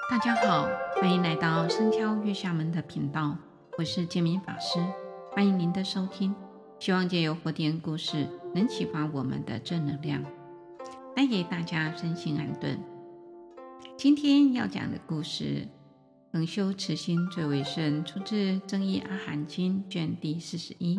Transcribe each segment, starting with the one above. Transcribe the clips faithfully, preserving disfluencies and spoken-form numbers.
大家好，欢迎来到深敲月下门的频道，我是建明法师，欢迎您的收听。希望借由佛典故事能启发我们的正能量，带给大家身心安顿。今天要讲的故事，恒修持心最为胜，出自《增一阿含经》卷第四十一。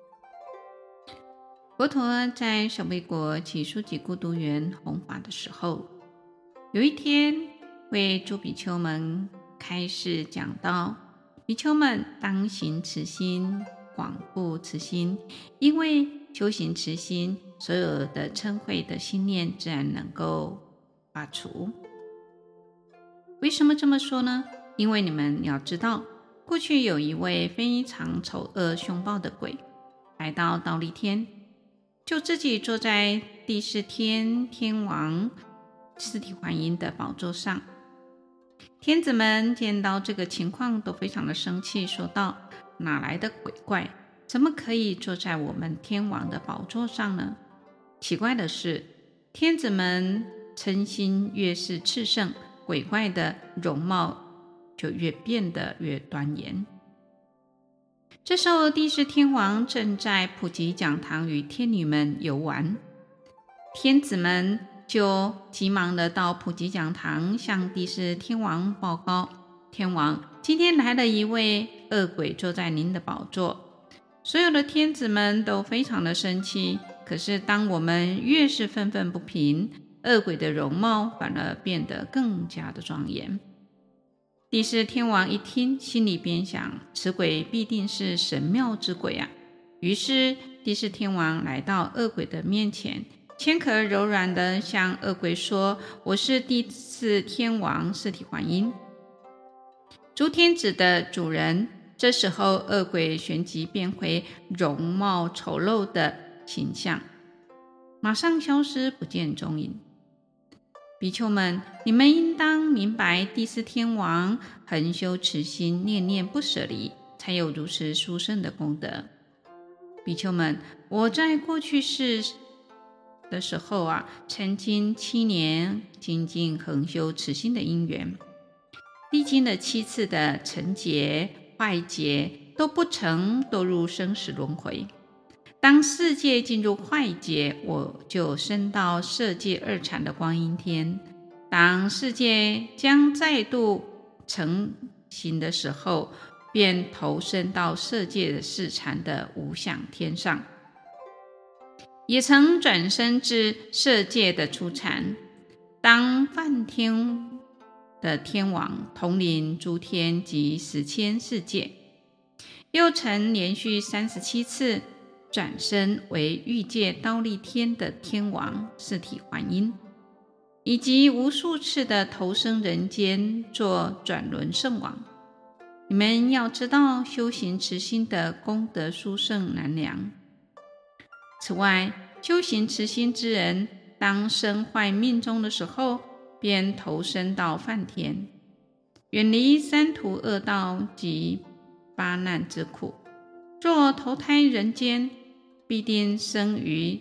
佛陀在舍卫国祇树给孤独园弘法的时候，有一天为诸比丘们开示讲道：比丘们当行慈心，广布慈心，因为修行慈心，所有的嗔恚的心念自然能够拔除。为什么这么说呢？因为你们要知道，过去有一位非常丑恶凶暴的鬼来到忉利天，就自己坐在第四天天王尸体还阴的宝座上。天子们见到这个情况都非常的生气，说道：哪来的鬼怪，怎么可以坐在我们天王的宝座上呢？奇怪的是，天子们嗔心越是炽盛，鬼怪的容貌就越变得越端严。这时候帝释天王正在普吉讲堂与天女们游玩，天子们就急忙的到普吉讲堂向帝释天王报告：天王，今天来了一位恶鬼坐在您的宝座。所有的天子们都非常的生气，可是当我们越是愤愤不平，恶鬼的容貌反而变得更加的庄严。帝释天王一听，心里便想：此鬼必定是神妙之鬼啊！于是帝释天王来到恶鬼的面前，谦和柔软地向恶鬼说：我是第四天王尸体还阴，诸天子的主人。这时候恶鬼旋即变回容貌丑陋的形象，马上消失不见踪影。比丘们，你们应当明白，第四天王恒修慈心，念念不舍离，才有如此殊胜的功德。比丘们，我在过去世的时候啊，曾经七年精进恒修慈心的因缘，历经了七次的成劫坏劫，都不曾堕入生死轮回。当世界进入坏劫，我就升到色界二禅的光阴天；当世界将再度成型的时候，便投身到色界的四禅的无想天上。也曾转生至色界的初禅，当梵天的天王，统领诸天及十千世界。又曾连续三十七次转生为欲界忉利天的天王尸体还阴，以及无数次的投生人间做转轮圣王。你们要知道，修行慈心的功德殊胜难量。此外，修行慈心之人，当身坏命终的时候，便投身到梵天，远离三途恶道及八难之苦。若投胎人间，必定生于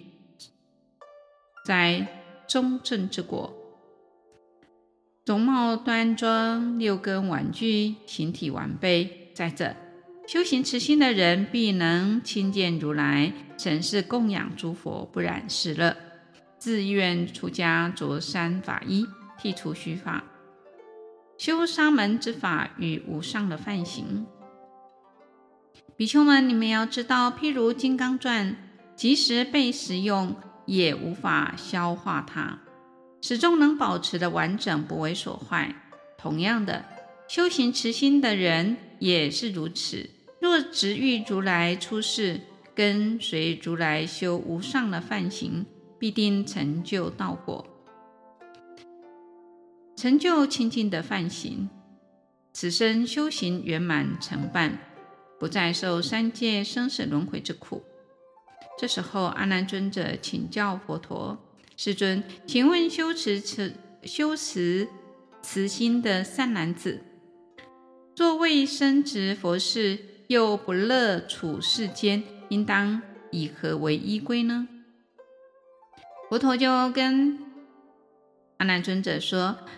在中正之国，容貌端庄，六根婉具，形体完备。再者，修行慈心的人必能亲见如来，曾是供养诸佛，不染世乐，自愿出家，着三法衣，剔除须发，修沙门之法与无上的梵行。比丘们，你们要知道，譬如金刚钻，即使被食用，也无法消化它，始终能保持的完整，不为所坏。同样的，修行慈心的人也是如此。若值遇如来出世，跟随如来修无上的梵行，必定成就道果，成就清净的梵行，此生修行圆满成办，不再受三界生死轮回之苦。这时候，阿难尊者请教佛陀：世尊，请问修持慈修持慈心的善男子，若未升职佛事，又不乐处世间，应当以何为依归呢？佛陀就跟阿难尊者说：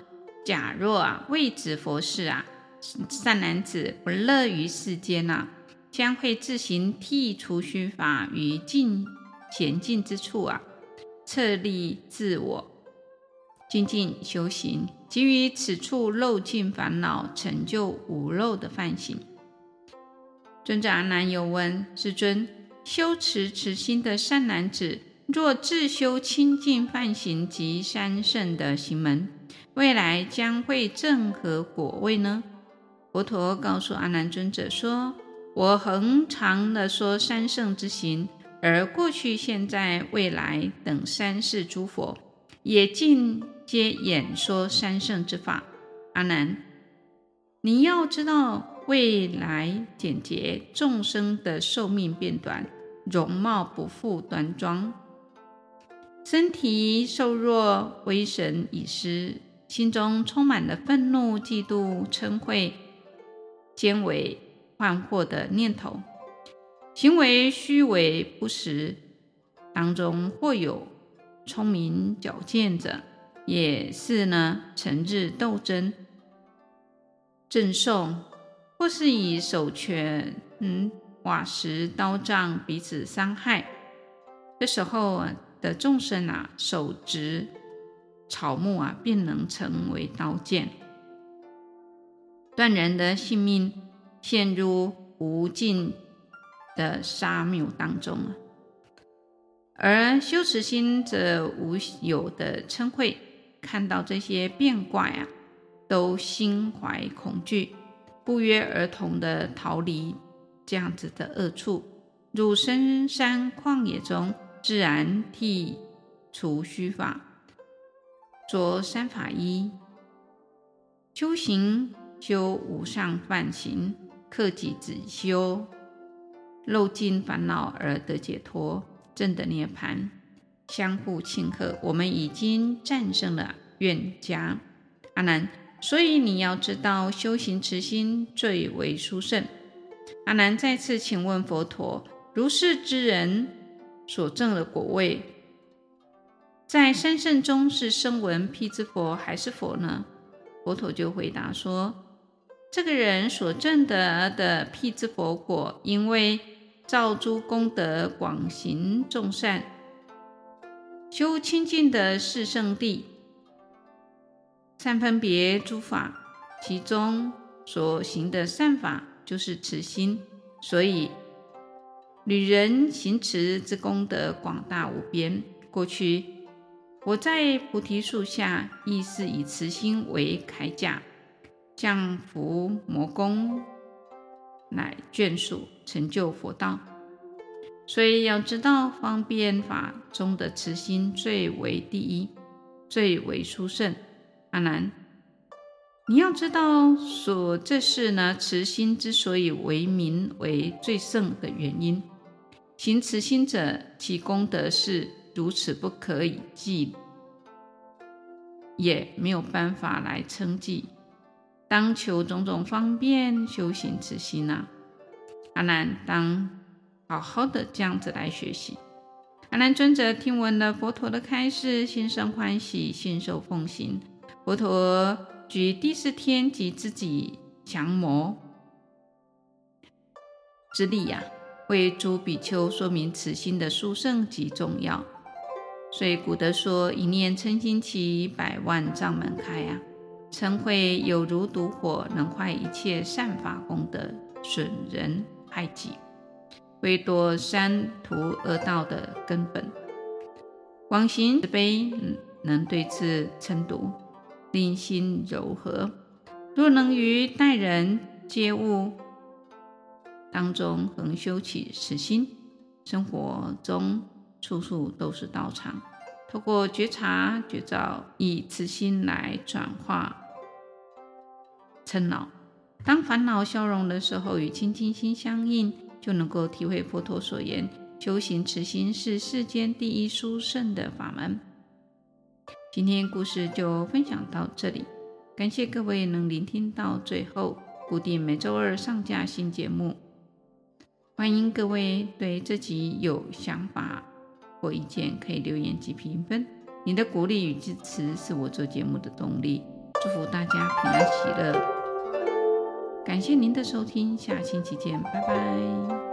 假若啊为子佛事啊，善男子不乐于世间啊，将会自行剔除虚法于尽闲静之处啊，策立自我，精进修行，即于此处漏尽烦恼，成就无漏的梵行。尊者阿难又问：世尊，修持慈心的善男子，若自修清净梵行及三圣的行门，未来将会证何果位呢？佛陀告诉阿难尊者说：我恒常地说三圣之行，而过去现在未来等三世诸佛也尽皆演说三圣之法。阿难，你要知道，未来简洁，众生的寿命变短，容貌不复端庄，身体瘦弱，威神已失，心中充满了愤怒、嫉妒、嗔恚、奸伪、幻惑的念头，行为虚伪不实，当中或有聪明矫健者，也是呢成日斗争、赠送，或是以手拳、嗯、瓦石、刀杖彼此伤害。这时候的众生啊，手执草木啊，便能成为刀剑，断人的性命，陷入无尽的杀谬当中。而修持心则无有的嗔恚，看到这些变怪啊，都心怀恐惧，不约而同的逃离这样子的恶处，入深山旷野中，自然剔除虚法，着三法衣，修行修无上梵行，克己自修，漏尽烦恼而得解脱，证得涅槃，相互庆贺，我们已经战胜了怨家。阿难，所以你要知道，修行慈心最为殊胜。阿难再次请问佛陀：如是之人所证的果位，在三圣中是声闻辟支佛还是佛呢？佛陀就回答说：这个人所证得的辟支佛果，因为造诸功德，广行众善，修清净的四圣谛，善分别诸法，其中所行的善法就是慈心，所以旅人行持之功德广大无边。过去我在菩提树下，亦是以慈心为铠甲，降伏魔功，乃眷属成就佛道。所以要知道，方便法中的慈心最为第一，最为殊胜。阿难，你要知道，所这是呢慈心之所以为名为最胜的原因。行慈心者，其功德是如此不可以计，也没有办法来称计。当求种种方便修行慈心啊，阿难当好好的这样子来学习。阿难尊者听闻了佛陀的开示，心生欢喜，信受奉行。佛陀举第四天及自己降魔之力啊，为诸比丘说明慈心的殊胜及重要。所以古德说：一念嗔心起，百万障门开啊！嗔恚有如毒火，能坏一切善法功德，损人害己，为堕三途恶道的根本。广行慈悲，能对治嗔毒，令心柔和。若能于待人接物当中恒修起慈心，生活中处处都是道场。透过觉察觉照，以慈心来转化嗔恼。当烦恼消融的时候，与清净心相应，就能够体会佛陀所言，修行慈心是世间第一殊胜的法门。今天故事就分享到这里，感谢各位能聆听到最后。固定每周二上架新节目，欢迎各位对这集有想法或意见可以留言及评分，你的鼓励与支持是我做节目的动力。 祝福大家平安喜乐。感谢您的收听，下星期见，拜拜。